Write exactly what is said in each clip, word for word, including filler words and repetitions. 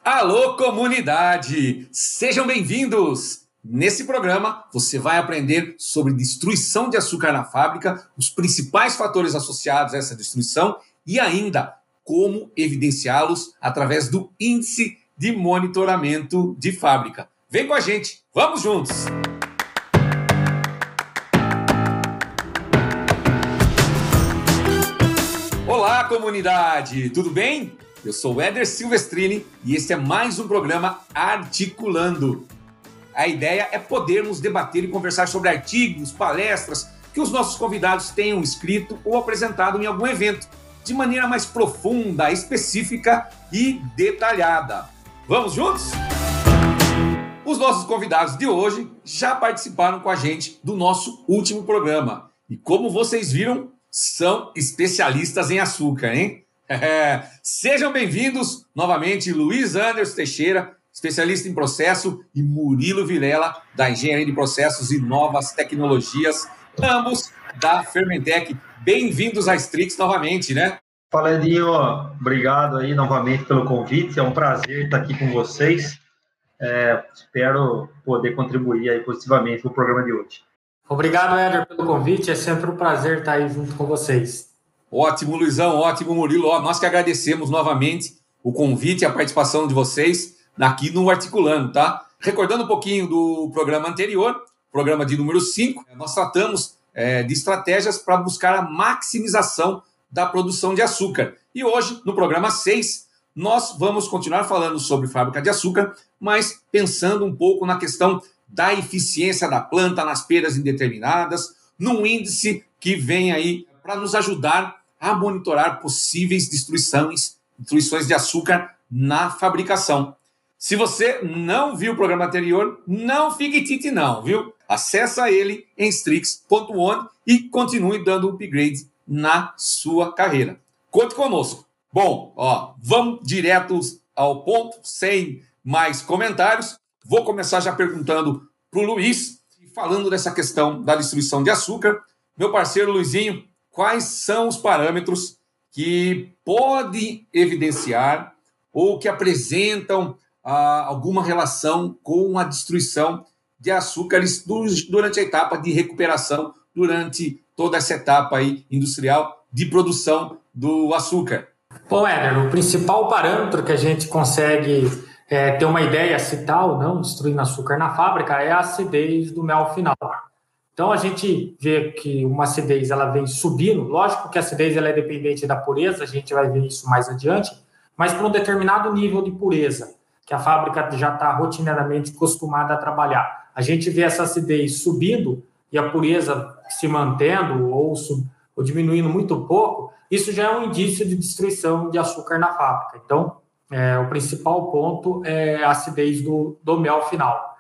Alô, comunidade! Sejam bem-vindos! Nesse programa, você vai aprender sobre destruição de açúcar na fábrica, os principais fatores associados a essa destruição e ainda como evidenciá-los através do índice de monitoramento de fábrica. Vem com a gente, vamos juntos! Olá, comunidade! Tudo bem? Eu sou o Éder Silvestrini e este é mais um programa Articulando. A ideia é podermos debater e conversar sobre artigos, palestras que os nossos convidados tenham escrito ou apresentado em algum evento, de maneira mais profunda, específica e detalhada. Vamos juntos? Os nossos convidados de hoje já participaram com a gente do nosso último programa. E como vocês viram, são especialistas em açúcar, hein? É, sejam bem-vindos novamente, Luiz Anderson Teixeira, especialista em processo, e Murilo Vilela, da Engenharia de Processos e Novas Tecnologias, ambos da Fermentec. Bem-vindos à Strix novamente, né? Fala, Edinho, obrigado aí novamente pelo convite, é um prazer estar aqui com vocês, é, espero poder contribuir aí positivamente para o programa de hoje. Obrigado, Éder, pelo convite, é sempre um prazer estar aí junto com vocês. Ótimo, Luizão, ótimo, Murilo. Ó, nós que agradecemos novamente o convite e a participação de vocês aqui no Articulando, tá? Recordando um pouquinho do programa anterior, programa de número cinco, nós tratamos é, de estratégias para buscar a maximização da produção de açúcar. E hoje, no programa seis, nós vamos continuar falando sobre fábrica de açúcar, mas pensando um pouco na questão da eficiência da planta nas perdas indeterminadas, num índice que vem aí para nos ajudar a monitorar possíveis destruições, destruições de açúcar na fabricação. Se você não viu o programa anterior, não fique tite não, viu? Acessa ele em strix ponto one e continue dando upgrade na sua carreira. Conte conosco. Bom, ó, vamos direto ao ponto, sem mais comentários. Vou começar já perguntando para o Luiz, falando dessa questão da destruição de açúcar. Meu parceiro Luizinho, quais são os parâmetros que podem evidenciar ou que apresentam ah, alguma relação com a destruição de açúcares durante a etapa de recuperação, durante toda essa etapa aí industrial de produção do açúcar? Bom, Éder, o principal parâmetro que a gente consegue é, ter uma ideia se tá ou não destruindo açúcar na fábrica é a acidez do mel final. Então, a gente vê que uma acidez ela vem subindo, lógico que a acidez ela é dependente da pureza, a gente vai ver isso mais adiante, mas para um determinado nível de pureza, que a fábrica já está rotineiramente acostumada a trabalhar. A gente vê essa acidez subindo e a pureza se mantendo ou, sub, ou diminuindo muito pouco, isso já é um indício de destruição de açúcar na fábrica. Então, é, o principal ponto é a acidez do, do mel final.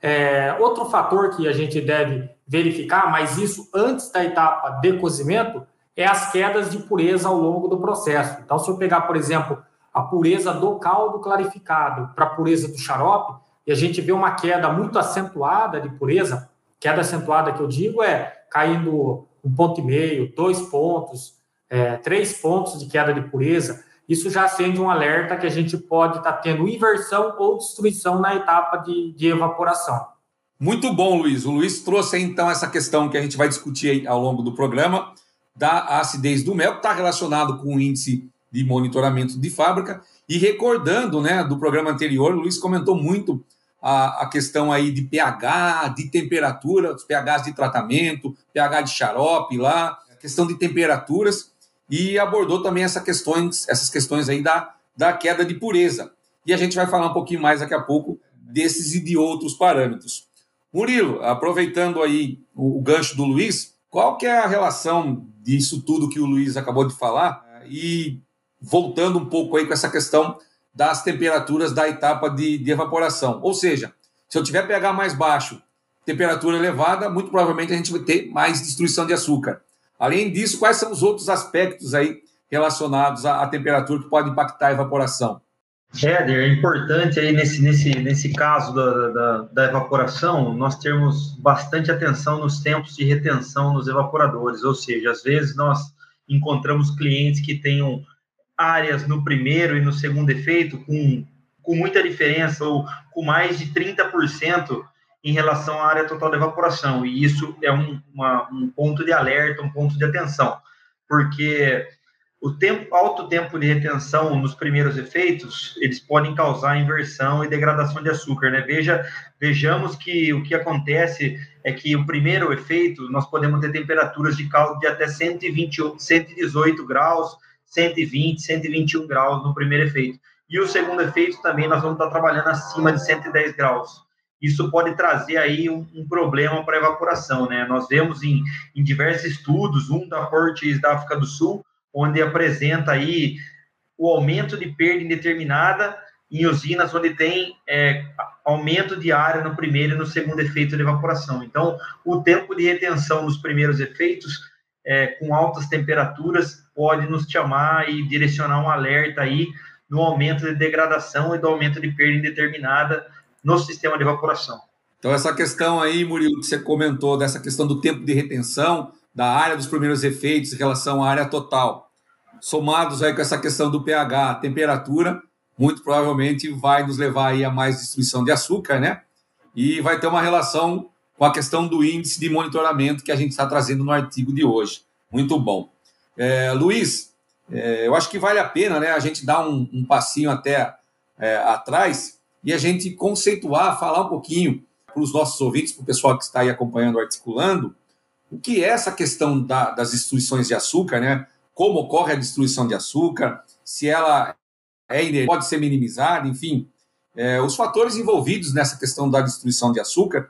É, outro fator que a gente deve verificar, mas isso antes da etapa de cozimento, é as quedas de pureza ao longo do processo. Então, se eu pegar, por exemplo, a pureza do caldo clarificado para a pureza do xarope, e a gente vê uma queda muito acentuada de pureza, queda acentuada que eu digo é caindo um ponto e meio, dois pontos, é, três pontos de queda de pureza, isso já acende um alerta que a gente pode estar tá tendo inversão ou destruição na etapa de, de evaporação. Muito bom, Luiz. O Luiz trouxe aí, então, essa questão que a gente vai discutir aí ao longo do programa, da acidez do mel, que está relacionado com o índice de monitoramento de fábrica. E recordando, né, do programa anterior, o Luiz comentou muito a, a questão aí de pH, de temperatura, os pHs de tratamento, pH de xarope lá, a questão de temperaturas, e abordou também essa questões, essas questões aí da, da queda de pureza. E a gente vai falar um pouquinho mais daqui a pouco desses e de outros parâmetros. Murilo, aproveitando aí o, o gancho do Luiz, qual que é a relação disso tudo que o Luiz acabou de falar e voltando um pouco aí com essa questão das temperaturas da etapa de, de evaporação? Ou seja, se eu tiver pH mais baixo, temperatura elevada, muito provavelmente a gente vai ter mais destruição de açúcar. Além disso, quais são os outros aspectos aí relacionados à, à temperatura que podem impactar a evaporação? Éder, é importante aí nesse, nesse, nesse caso da, da, da evaporação, nós termos bastante atenção nos tempos de retenção nos evaporadores, ou seja, às vezes nós encontramos clientes que tenham áreas no primeiro e no segundo efeito com com muita diferença ou com mais de trinta por cento em relação à área total de evaporação. E isso é um, uma, um ponto de alerta, um ponto de atenção, porque o tempo, alto tempo de retenção nos primeiros efeitos, eles podem causar inversão e degradação de açúcar, né? Veja, vejamos que o que acontece é que o primeiro efeito, nós podemos ter temperaturas de caldo de até cento e vinte, cento e dezoito graus, cento e vinte, cento e vinte e um graus no primeiro efeito. E o segundo efeito também, nós vamos estar trabalhando acima de cento e dez graus. Isso pode trazer aí um, um problema para a evaporação, né? Nós vemos em, em diversos estudos, um da Fortis da África do Sul, onde apresenta aí o aumento de perda indeterminada em usinas onde tem é, aumento de área no primeiro e no segundo efeito de evaporação. Então, o tempo de retenção nos primeiros efeitos, é, com altas temperaturas, pode nos chamar e direcionar um alerta aí no aumento de degradação e do aumento de perda indeterminada no sistema de evaporação. Então, essa questão aí, Murilo, que você comentou, dessa questão do tempo de retenção, da área dos primeiros efeitos em relação à área total, somados aí com essa questão do pH, a temperatura, muito provavelmente vai nos levar aí a mais destruição de açúcar, né? E vai ter uma relação com a questão do índice de monitoramento que a gente está trazendo no artigo de hoje. Muito bom. É, Luiz, é, eu acho que vale a pena, né, a gente dar um, um passinho até é, atrás e a gente conceituar, falar um pouquinho para os nossos ouvintes, para o pessoal que está aí acompanhando o Articulando, o que é essa questão da, das destruições de açúcar, né? Como ocorre a destruição de açúcar, se ela é inerente, pode ser minimizada, enfim, é, os fatores envolvidos nessa questão da destruição de açúcar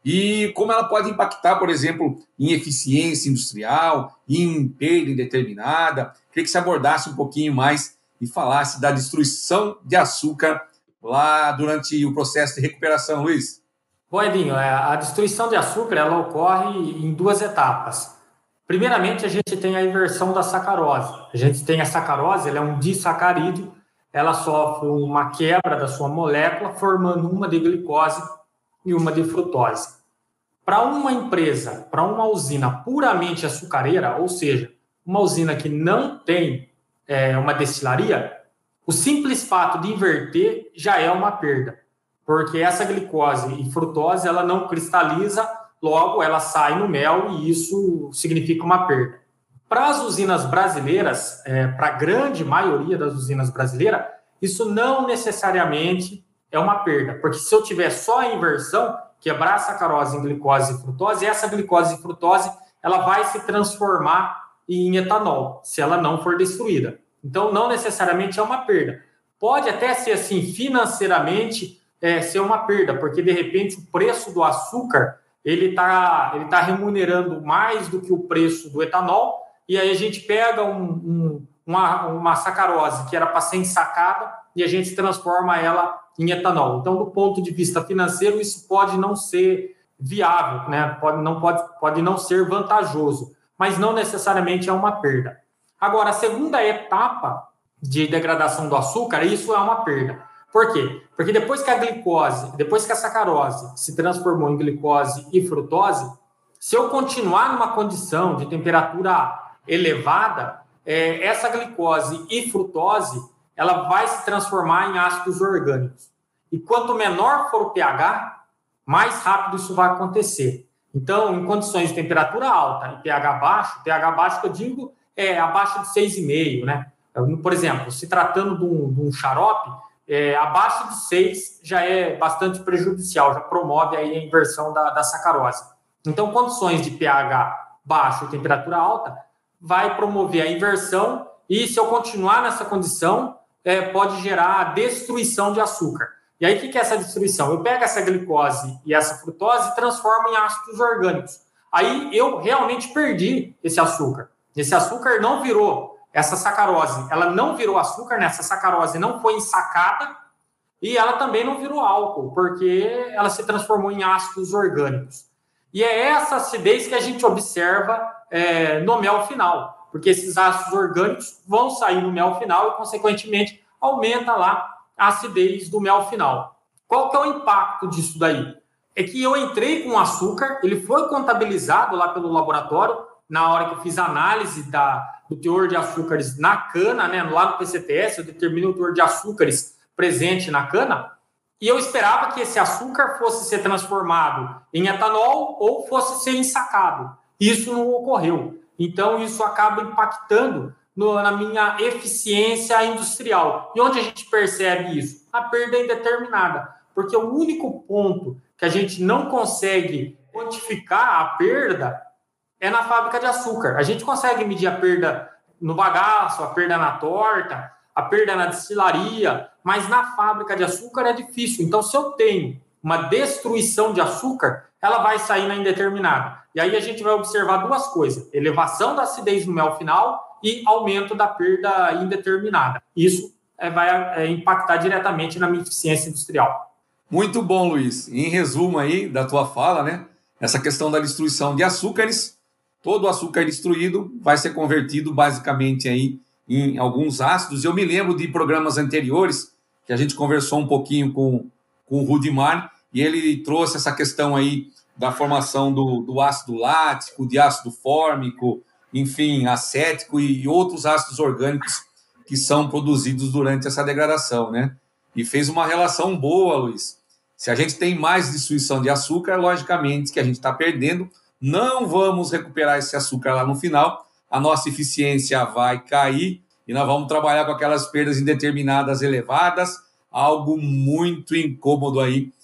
e como ela pode impactar, por exemplo, em eficiência industrial, em perda indeterminada. Queria que você abordasse um pouquinho mais e falasse da destruição de açúcar lá durante o processo de recuperação, Luiz. Bom, Edinho, a destruição de açúcar ela ocorre em duas etapas. Primeiramente, a gente tem a inversão da sacarose. A gente tem a sacarose, ela é um disacarídeo, ela sofre uma quebra da sua molécula, formando uma de glicose e uma de frutose. Para uma empresa, para uma usina puramente açucareira, ou seja, uma usina que não tem é, uma destilaria, o simples fato de inverter já é uma perda, porque essa glicose e frutose ela não cristaliza, logo ela sai no mel e isso significa uma perda. Para as usinas brasileiras, é, para a grande maioria das usinas brasileiras, isso não necessariamente é uma perda, porque se eu tiver só a inversão, quebrar a sacarose em glicose e frutose, essa glicose e frutose ela vai se transformar em etanol, se ela não for destruída. Então, não necessariamente é uma perda. Pode até ser assim, financeiramente, é, ser uma perda, porque, de repente, o preço do açúcar ele está ele tá remunerando mais do que o preço do etanol, e aí a gente pega um, um, uma, uma sacarose que era para ser ensacada e a gente transforma ela em etanol. Então, do ponto de vista financeiro, isso pode não ser viável, né? Pode, não, pode, pode não ser vantajoso, mas não necessariamente é uma perda. Agora, a segunda etapa de degradação do açúcar, isso é uma perda. Por quê? Porque depois que a glicose, depois que a sacarose se transformou em glicose e frutose, se eu continuar numa condição de temperatura elevada, é, essa glicose e frutose, ela vai se transformar em ácidos orgânicos. E quanto menor for o pH, mais rápido isso vai acontecer. Então, em condições de temperatura alta e pH baixo, pH baixo que eu digo é abaixo de seis vírgula cinco, né? Por exemplo, se tratando de um, de um xarope, é, abaixo de seis já é bastante prejudicial, já promove aí a inversão da, da sacarose. Então, condições de pH baixo e temperatura alta vai promover a inversão e, se eu continuar nessa condição, é, pode gerar a destruição de açúcar. E aí, o que é essa destruição? Eu pego essa glicose e essa frutose e transformo em ácidos orgânicos. Aí, eu realmente perdi esse açúcar. Esse açúcar não virou, essa sacarose, ela não virou açúcar, né? Essa sacarose não foi ensacada e ela também não virou álcool, porque ela se transformou em ácidos orgânicos. E é essa acidez que a gente observa é, no mel final, porque esses ácidos orgânicos vão sair no mel final e, consequentemente, aumenta lá a acidez do mel final. Qual que é o impacto disso daí? É que eu entrei com açúcar, ele foi contabilizado lá pelo laboratório, na hora que eu fiz a análise da, do teor de açúcares na cana, né, lá no P C T S, eu determino o teor de açúcares presente na cana, e eu esperava que esse açúcar fosse ser transformado em etanol ou fosse ser ensacado. Isso não ocorreu. Então, isso acaba impactando no, na minha eficiência industrial. E onde a gente percebe isso? A perda indeterminada. Porque o único ponto que a gente não consegue quantificar a perda é na fábrica de açúcar. A gente consegue medir a perda no bagaço, a perda na torta, a perda na destilaria, mas na fábrica de açúcar é difícil. Então, se eu tenho uma destruição de açúcar, ela vai sair na indeterminada. E aí a gente vai observar duas coisas: elevação da acidez no mel final e aumento da perda indeterminada. Isso é, vai é, impactar diretamente na minha eficiência industrial. Muito bom, Luiz. Em resumo aí da tua fala, né? Essa questão da destruição de açúcares, todo o açúcar destruído vai ser convertido basicamente aí em alguns ácidos. Eu me lembro de programas anteriores que a gente conversou um pouquinho com, com o Rudimar, e ele trouxe essa questão aí da formação do, do ácido lático, de ácido fórmico, enfim, acético e outros ácidos orgânicos que são produzidos durante essa degradação, né? E fez uma relação boa, Luiz. Se a gente tem mais destruição de açúcar, logicamente que a gente está perdendo, não vamos recuperar esse açúcar lá no final, a nossa eficiência vai cair e nós vamos trabalhar com aquelas perdas indeterminadas elevadas, algo muito incômodo aí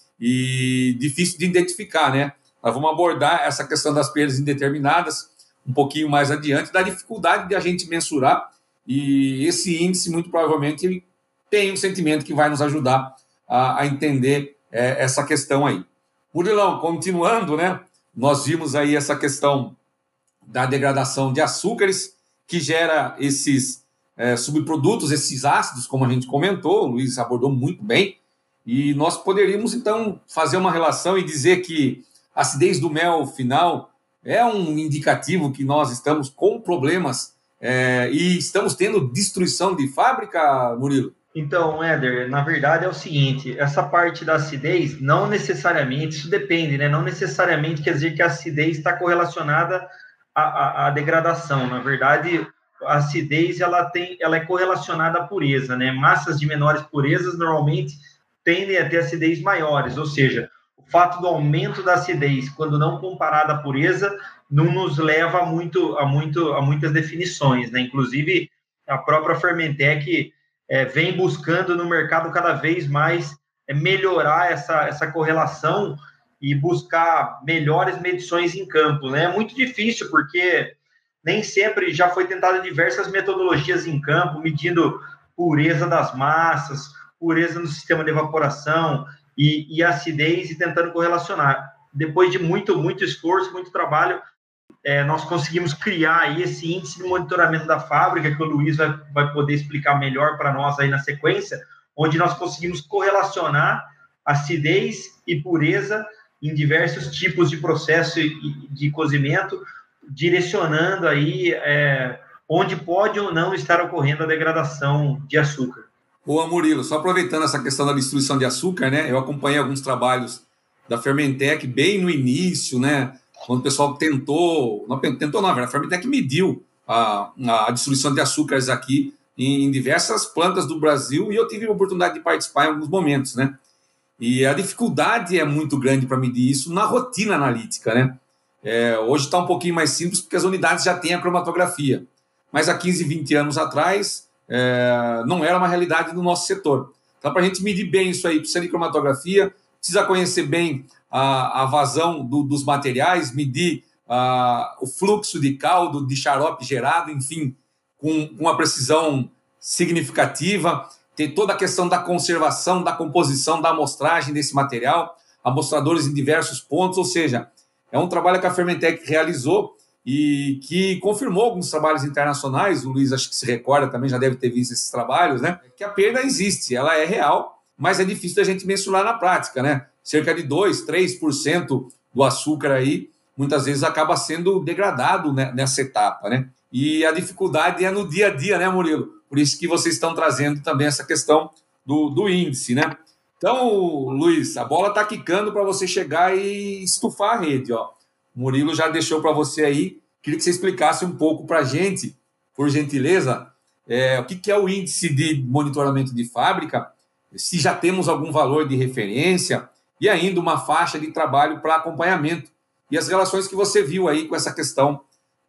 e difícil de identificar, né? Nós vamos abordar essa questão das perdas indeterminadas um pouquinho mais adiante, da dificuldade de a gente mensurar, e esse índice muito provavelmente tem um sentimento que vai nos ajudar a, a entender é, essa questão aí. Murilão, continuando, né? Nós vimos aí essa questão da degradação de açúcares, que gera esses é, subprodutos, esses ácidos, como a gente comentou, o Luiz abordou muito bem, e nós poderíamos, então, fazer uma relação e dizer que a acidez do mel final é um indicativo que nós estamos com problemas é, e estamos tendo destruição de fábrica, Murilo? Então, Éder, na verdade é o seguinte, essa parte da acidez, não necessariamente, isso depende, né? Não necessariamente quer dizer que a acidez está correlacionada à, à, à degradação. Na verdade, a acidez ela tem, ela é correlacionada à pureza, né? Massas de menores purezas normalmente tendem a ter acidez maiores, ou seja, o fato do aumento da acidez, quando não comparada à pureza, não nos leva a, muito, a, muito, a muitas definições, né? Inclusive, a própria Fermentec É, vem buscando no mercado cada vez mais é, melhorar essa, essa correlação e buscar melhores medições em campo, né? É muito difícil, porque nem sempre já foi tentado diversas metodologias em campo, medindo pureza das massas, pureza no sistema de evaporação e, e acidez, e tentando correlacionar. Depois de muito, muito esforço, muito trabalho, É, nós conseguimos criar aí esse índice de monitoramento da fábrica, que o Luiz vai, vai poder explicar melhor para nós aí na sequência, onde nós conseguimos correlacionar acidez e pureza em diversos tipos de processo de cozimento, direcionando aí é, onde pode ou não estar ocorrendo a degradação de açúcar. Boa, Murilo, só aproveitando essa questão da destruição de açúcar, né? Eu acompanhei alguns trabalhos da Fermentec bem no início, né? Quando o pessoal tentou, não tentou não, a Fermentec mediu a, a destruição de açúcares aqui em, em diversas plantas do Brasil, e eu tive a oportunidade de participar em alguns momentos, né? E a dificuldade é muito grande para medir isso na rotina analítica, né? É, hoje está um pouquinho mais simples porque as unidades já têm a cromatografia, mas há quinze, vinte anos atrás é, não era uma realidade do nosso setor. Então, para a gente medir bem isso aí, precisa de cromatografia, precisa conhecer bem a, a vazão do, dos materiais, medir a, o fluxo de caldo, de xarope gerado, enfim, com, com uma precisão significativa, ter toda a questão da conservação, da composição, da amostragem desse material, amostradores em diversos pontos, ou seja, é um trabalho que a Fermentec realizou e que confirmou alguns trabalhos internacionais, o Luiz acho que se recorda também, já deve ter visto esses trabalhos, né? Que a perda existe, ela é real, mas é difícil da gente mensurar na prática, né? Cerca de dois, três por cento do açúcar aí, muitas vezes acaba sendo degradado, né, nessa etapa, né? E a dificuldade é no dia a dia, né, Murilo? Por isso que vocês estão trazendo também essa questão do, do índice, né? Então, Luiz, a bola está quicando para você chegar e estufar a rede, ó. O Murilo já deixou para você aí. Queria que você explicasse um pouco para a gente, por gentileza, é, o que, que é o índice de monitoramento de fábrica se já temos algum valor de referência e ainda uma faixa de trabalho para acompanhamento. E as relações que você viu aí com essa questão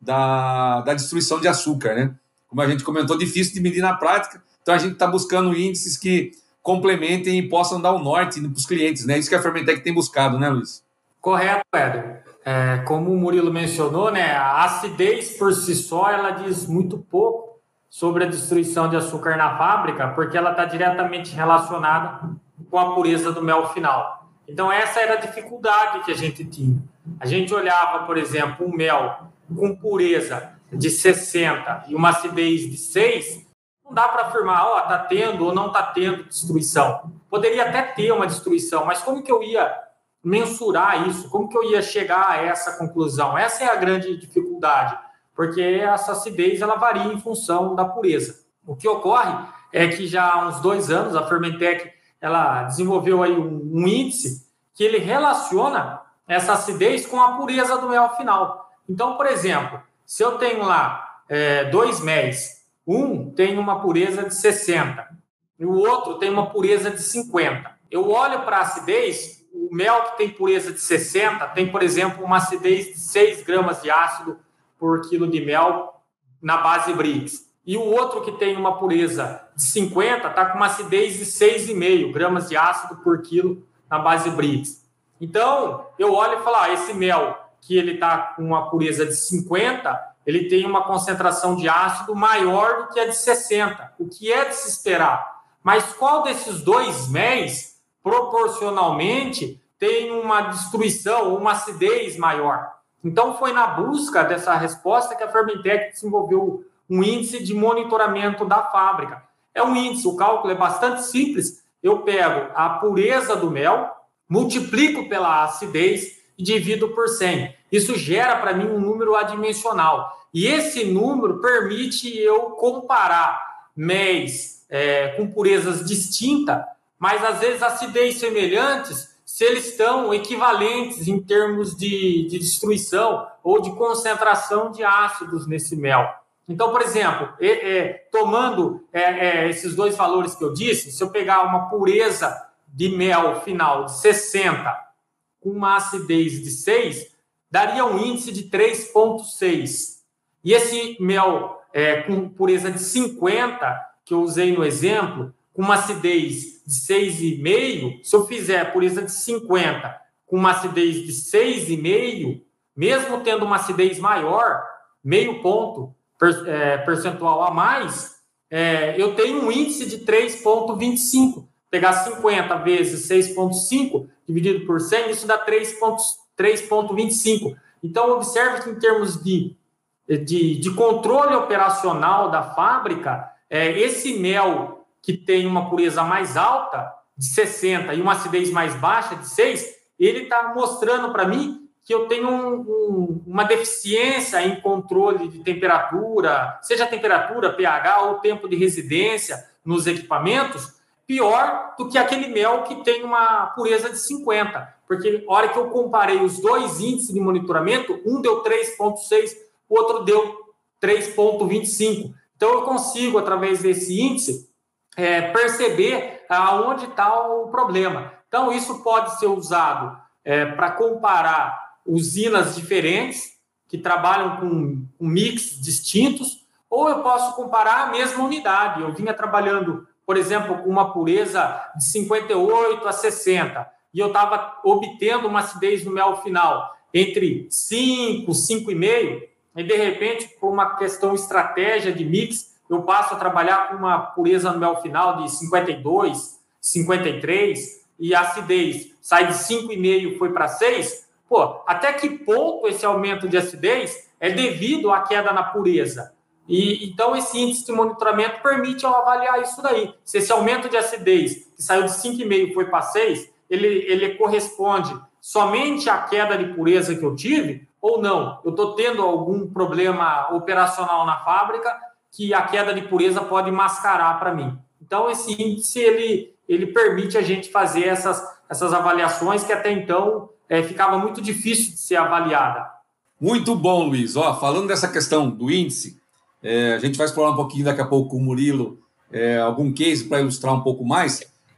da, da destruição de açúcar, né? Como a gente comentou, difícil de medir na prática, então a gente está buscando índices que complementem e possam dar o norte para os clientes, né? Isso que a Fermentec tem buscado, né, Luiz? Correto, Éder. É, como o Murilo mencionou, né, a acidez por si só, ela diz muito pouco sobre a destruição de açúcar na fábrica, porque ela está diretamente relacionada com a pureza do mel final. Então, essa era a dificuldade que a gente tinha. A gente olhava, por exemplo, um mel com pureza de sessenta e uma acidez de seis, não dá para afirmar, ó, está tendo ou não está tendo destruição. Poderia até ter uma destruição, mas como que eu ia mensurar isso? Como que eu ia chegar a essa conclusão? Essa é a grande dificuldade, porque essa acidez ela varia em função da pureza. O que ocorre é que já há uns dois anos a Fermentec ela desenvolveu aí um, um índice que ele relaciona essa acidez com a pureza do mel final. Então, por exemplo, se eu tenho lá é, dois méis, um tem uma pureza de sessenta e o outro tem uma pureza de cinquenta. Eu olho para a acidez, o mel que tem pureza de sessenta tem, por exemplo, uma acidez de seis gramas de ácido por quilo de mel na base Brix. E o outro que tem uma pureza de cinquenta está com uma acidez de seis vírgula cinco gramas de ácido por quilo na base Brix. Então, eu olho e falo, ah, esse mel que ele está com uma pureza de cinquenta, ele tem uma concentração de ácido maior do que a de sessenta, o que é de se esperar. Mas qual desses dois méis, proporcionalmente, tem uma destruição, uma acidez maior? Então, foi na busca dessa resposta que a Fermentec desenvolveu um índice de monitoramento da fábrica. É um índice, o cálculo é bastante simples. Eu pego a pureza do mel, multiplico pela acidez e divido por cem. Isso gera para mim um número adimensional. E esse número permite eu comparar méis é, com purezas distintas, mas às vezes acidez semelhantes, se eles estão equivalentes em termos de, de destruição ou de concentração de ácidos nesse mel. Então, por exemplo, é, é, tomando é, é, esses dois valores que eu disse, se eu pegar uma pureza de mel final de sessenta com uma acidez de seis, daria um índice de três vírgula seis. E esse mel é, com pureza de cinquenta, que eu usei no exemplo, com uma acidez de seis vírgula cinco, se eu fizer pureza de cinquenta com uma acidez de seis vírgula cinco, mesmo tendo uma acidez maior, meio ponto percentual a mais, é, eu tenho um índice de três vírgula vinte e cinco. Pegar cinquenta vezes seis vírgula cinco dividido por cem, isso dá três vírgula vinte e cinco. Então, observe que em termos de, de, de controle operacional da fábrica, é, esse mel que tem uma pureza mais alta, de sessenta, e uma acidez mais baixa, de seis, ele está mostrando para mim que eu tenho um, um, uma deficiência em controle de temperatura, seja temperatura, pH ou tempo de residência nos equipamentos, pior do que aquele mel que tem uma pureza de cinquenta. Porque na hora que eu comparei os dois índices de monitoramento, um deu três vírgula seis, o outro deu três vírgula vinte e cinco. Então, eu consigo, através desse índice, é, perceber aonde está o problema. Então, isso pode ser usado é, para comparar usinas diferentes, que trabalham com, com mix distintos, ou eu posso comparar a mesma unidade. Eu vinha trabalhando, por exemplo, com uma pureza de cinquenta e oito a sessenta, e eu estava obtendo uma acidez no mel final entre cinco, cinco vírgula cinco, e de repente, por uma questão estratégia de mix, eu passo a trabalhar com uma pureza no mel final de cinquenta e dois, cinquenta e três, e a acidez sai de cinco vírgula cinco foi para seis. Pô, até que ponto esse aumento de acidez é devido à queda na pureza? E, então, esse índice de monitoramento permite eu avaliar isso daí. Se esse aumento de acidez, que saiu de cinco vírgula cinco e foi para seis, ele, ele corresponde somente à queda de pureza que eu tive, ou não? Eu estou tendo algum problema operacional na fábrica que a queda de pureza pode mascarar para mim. Então, esse índice, ele, ele permite a gente fazer essas, essas avaliações que até então é, ficava muito difícil de ser avaliada. Muito bom, Luiz. Ó, falando dessa questão do índice, é, a gente vai explorar um pouquinho daqui a pouco com o Murilo, é, algum case para ilustrar um pouco mais,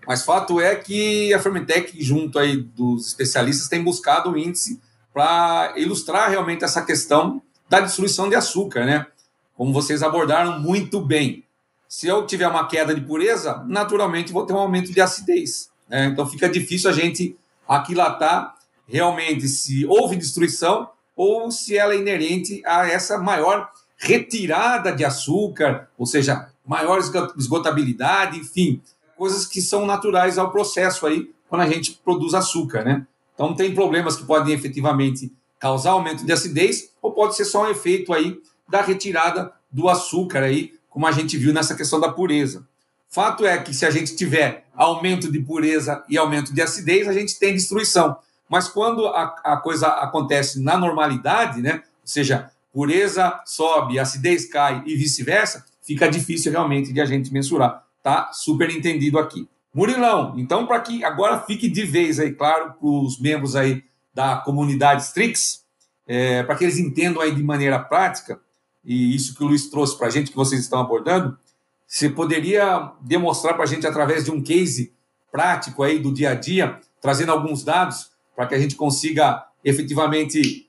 Mas fato é que a Fermentec, junto aí dos especialistas, tem buscado o índice para ilustrar realmente essa questão da destruição de açúcar, né? Como vocês abordaram muito bem. Se eu tiver uma queda de pureza, naturalmente vou ter um aumento de acidez, né? Então fica difícil a gente aquilatar realmente se houve destruição ou se ela é inerente a essa maior retirada de açúcar, ou seja, maior esgotabilidade, enfim, coisas que são naturais ao processo aí quando a gente produz açúcar, né? Então tem problemas que podem efetivamente causar aumento de acidez ou pode ser só um efeito aí da retirada do açúcar aí, como a gente viu nessa questão da pureza. Fato é que se a gente tiver aumento de pureza e aumento de acidez, a gente tem destruição. Mas quando a, a coisa acontece na normalidade, né? Ou seja, pureza sobe, acidez cai e vice-versa, fica difícil realmente de a gente mensurar. Tá super entendido aqui. Murilão, então para que agora fique de vez aí, claro, para os membros aí da comunidade Strix, é, para que eles entendam aí de maneira prática, e isso que o Luiz trouxe para a gente, que vocês estão abordando, você poderia demonstrar para a gente através de um case prático aí do dia a dia, trazendo alguns dados para que a gente consiga efetivamente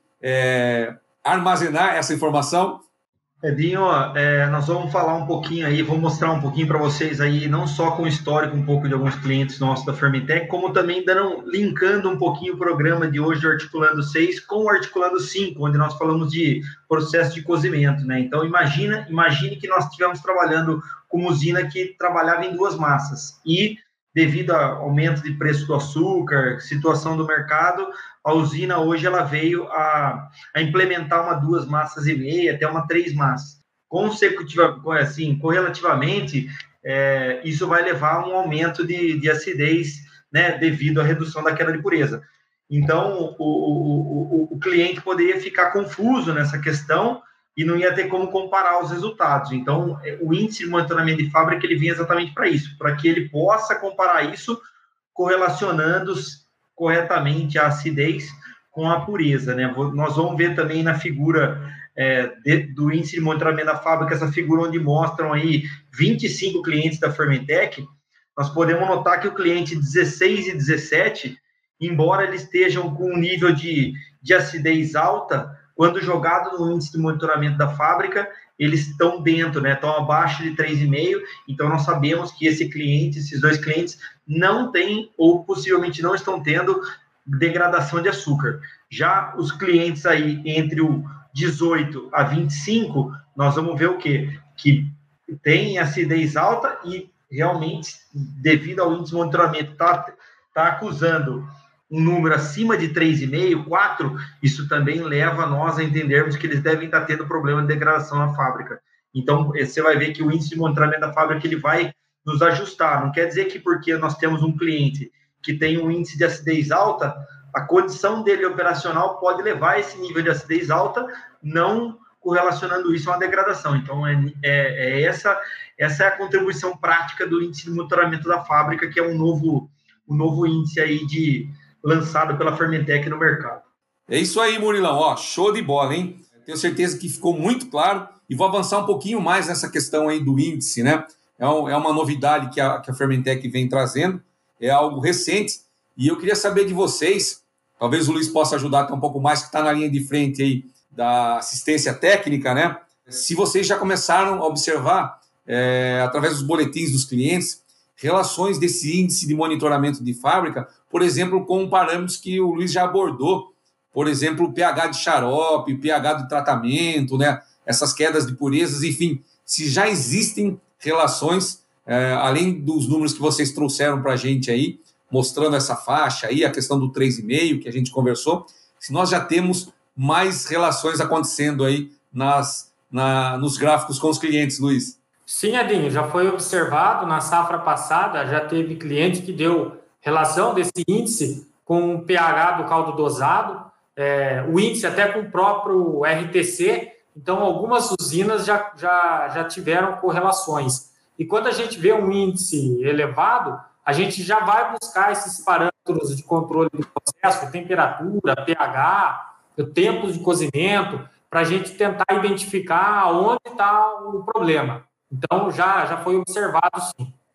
é, armazenar essa informação? Edinho, é, nós vamos falar um pouquinho aí, vou mostrar um pouquinho para vocês aí, não só com o histórico um pouco de alguns clientes nossos da Fermentec, como também dando, linkando um pouquinho o programa de hoje do Articulando seis com o Articulando cinco, onde nós falamos de processo de cozimento, né? Então, imagina, imagine que nós estivemos trabalhando com uma usina que trabalhava em duas massas e, devido ao aumento de preço do açúcar, situação do mercado, a usina hoje ela veio a, a implementar uma duas massas e meia, até uma três massas. Consecutiva, assim, correlativamente, é, isso vai levar a um aumento de, de acidez, né, devido à redução da queda de pureza. Então, o, o, o, o cliente poderia ficar confuso nessa questão e não ia ter como comparar os resultados. Então, o índice de monitoramento de fábrica ele vem exatamente para isso, para que ele possa comparar isso correlacionando corretamente a acidez com a pureza, né? Nós vamos ver também na figura é, de, do índice de monitoramento da fábrica, essa figura onde mostram aí vinte e cinco clientes da Fermentec. Nós podemos notar que o cliente dezesseis e dezessete, embora eles estejam com um nível de, de acidez alta, quando jogado no índice de monitoramento da fábrica, eles estão dentro, né? Estão abaixo de três vírgula cinco, então nós sabemos que esse cliente, esses dois clientes, não têm ou possivelmente não estão tendo degradação de açúcar. Já os clientes aí entre o dezoito a vinte e cinco, nós vamos ver o quê? Que tem acidez alta e realmente, devido ao índice de monitoramento, está tá acusando um número acima de três vírgula cinco, quatro, isso também leva nós a entendermos que eles devem estar tendo problema de degradação na fábrica. Então, você vai ver que o índice de monitoramento da fábrica ele vai nos ajustar. Não quer dizer que porque nós temos um cliente que tem um índice de acidez alta, a condição dele operacional pode levar a esse nível de acidez alta, não correlacionando isso a uma degradação. Então, é, é, é essa, essa é a contribuição prática do índice de monitoramento da fábrica, que é um novo, um novo índice aí de lançado pela Fermentec no mercado. É isso aí, Murilão. Ó, show de bola, hein? Tenho certeza que ficou muito claro e vou avançar um pouquinho mais nessa questão aí do índice, né? É, um, é uma novidade que a, que a Fermentec vem trazendo, é algo recente e eu queria saber de vocês, talvez o Luiz possa ajudar até um pouco mais, que está na linha de frente aí da assistência técnica, né? Se vocês já começaram a observar, é, através dos boletins dos clientes, relações desse índice de monitoramento de fábrica, por exemplo, com parâmetros que o Luiz já abordou, por exemplo, o pH de xarope, pH de tratamento, né? Essas quedas de purezas, enfim, se já existem relações, é, além dos números que vocês trouxeram para a gente aí, mostrando essa faixa aí, a questão do três vírgula cinco que a gente conversou, se nós já temos mais relações acontecendo aí nas, na, nos gráficos com os clientes, Luiz. Sim, Edinho, já foi observado na safra passada, já teve cliente que deu relação desse índice com o pH do caldo dosado, é, o índice até com o próprio R T C, então algumas usinas já, já, já tiveram correlações. E quando a gente vê um índice elevado, a gente já vai buscar esses parâmetros de controle do processo, temperatura, pH, o tempo de cozimento, para a gente tentar identificar onde está o problema. Então, já, já foi observado, sim.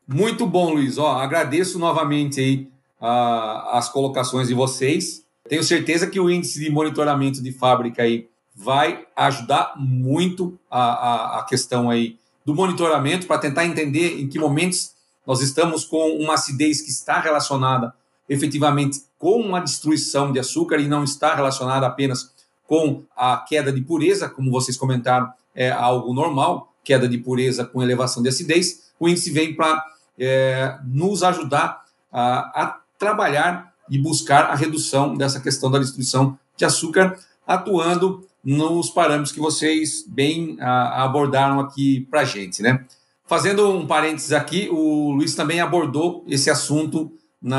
Muito bom, Luiz. Ó, agradeço novamente aí a, as colocações de vocês. Tenho certeza que o índice de monitoramento de fábrica aí vai ajudar muito a, a, a questão aí do monitoramento para tentar entender em que momentos nós estamos com uma acidez que está relacionada efetivamente com uma destruição de açúcar e não está relacionada apenas com a queda de pureza, como vocês comentaram, é algo normal, queda de pureza com elevação de acidez. O índice vem para é, nos ajudar a, a trabalhar e buscar a redução dessa questão da destruição de açúcar, atuando nos parâmetros que vocês bem a, abordaram aqui para a gente, né? Fazendo um parênteses aqui, o Luiz também abordou esse assunto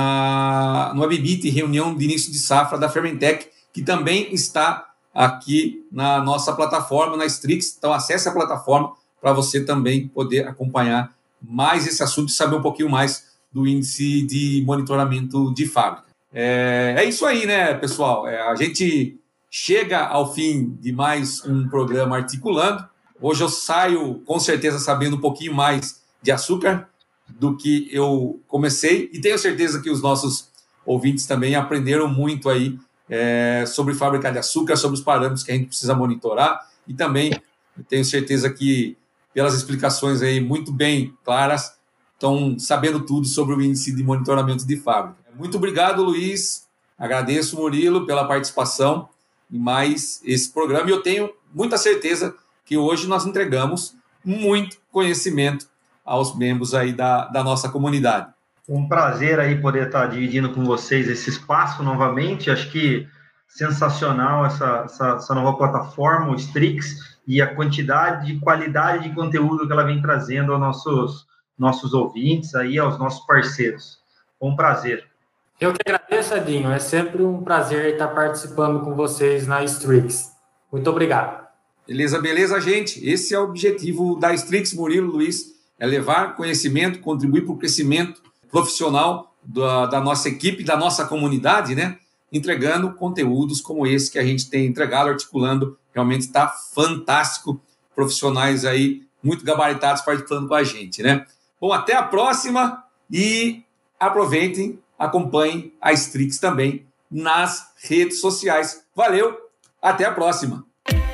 na, no Webmeet, reunião de início de safra da Fermentec, que também está aqui na nossa plataforma, na Strix. Então, acesse a plataforma para você também poder acompanhar mais esse assunto e saber um pouquinho mais do índice de monitoramento de fábrica. É, é isso aí, né, pessoal? É, a gente chega ao fim de mais um programa Articulando. Hoje eu saio, com certeza, sabendo um pouquinho mais de açúcar do que eu comecei e tenho certeza que os nossos ouvintes também aprenderam muito aí é, sobre fábrica de açúcar, sobre os parâmetros que a gente precisa monitorar e também tenho certeza que, pelas explicações aí muito bem claras, estão sabendo tudo sobre o índice de monitoramento de fábrica. Muito obrigado, Luiz. Agradeço, Murilo, pela participação em mais esse programa. E eu tenho muita certeza que hoje nós entregamos muito conhecimento aos membros aí da, da nossa comunidade. Um prazer aí poder estar dividindo com vocês esse espaço novamente. Acho que sensacional essa, essa, essa nova plataforma, o Strix, e a quantidade e qualidade de conteúdo que ela vem trazendo aos nossos, nossos ouvintes, aí, aos nossos parceiros. Um prazer. Eu que agradeço, Edinho. É sempre um prazer estar participando com vocês na Strix. Muito obrigado. Beleza, beleza, gente. Esse é o objetivo da Strix, Murilo, Luiz, é levar conhecimento, contribuir para o crescimento profissional da, da nossa equipe, da nossa comunidade, né? Entregando conteúdos como esse que a gente tem entregado, articulando. Realmente está fantástico. Profissionais aí, muito gabaritados, participando com a gente, né? Bom, até a próxima e aproveitem, acompanhem a Strix também nas redes sociais. Valeu, até a próxima.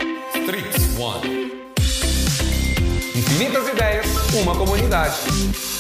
Strix One. Infinitas ideias, uma comunidade.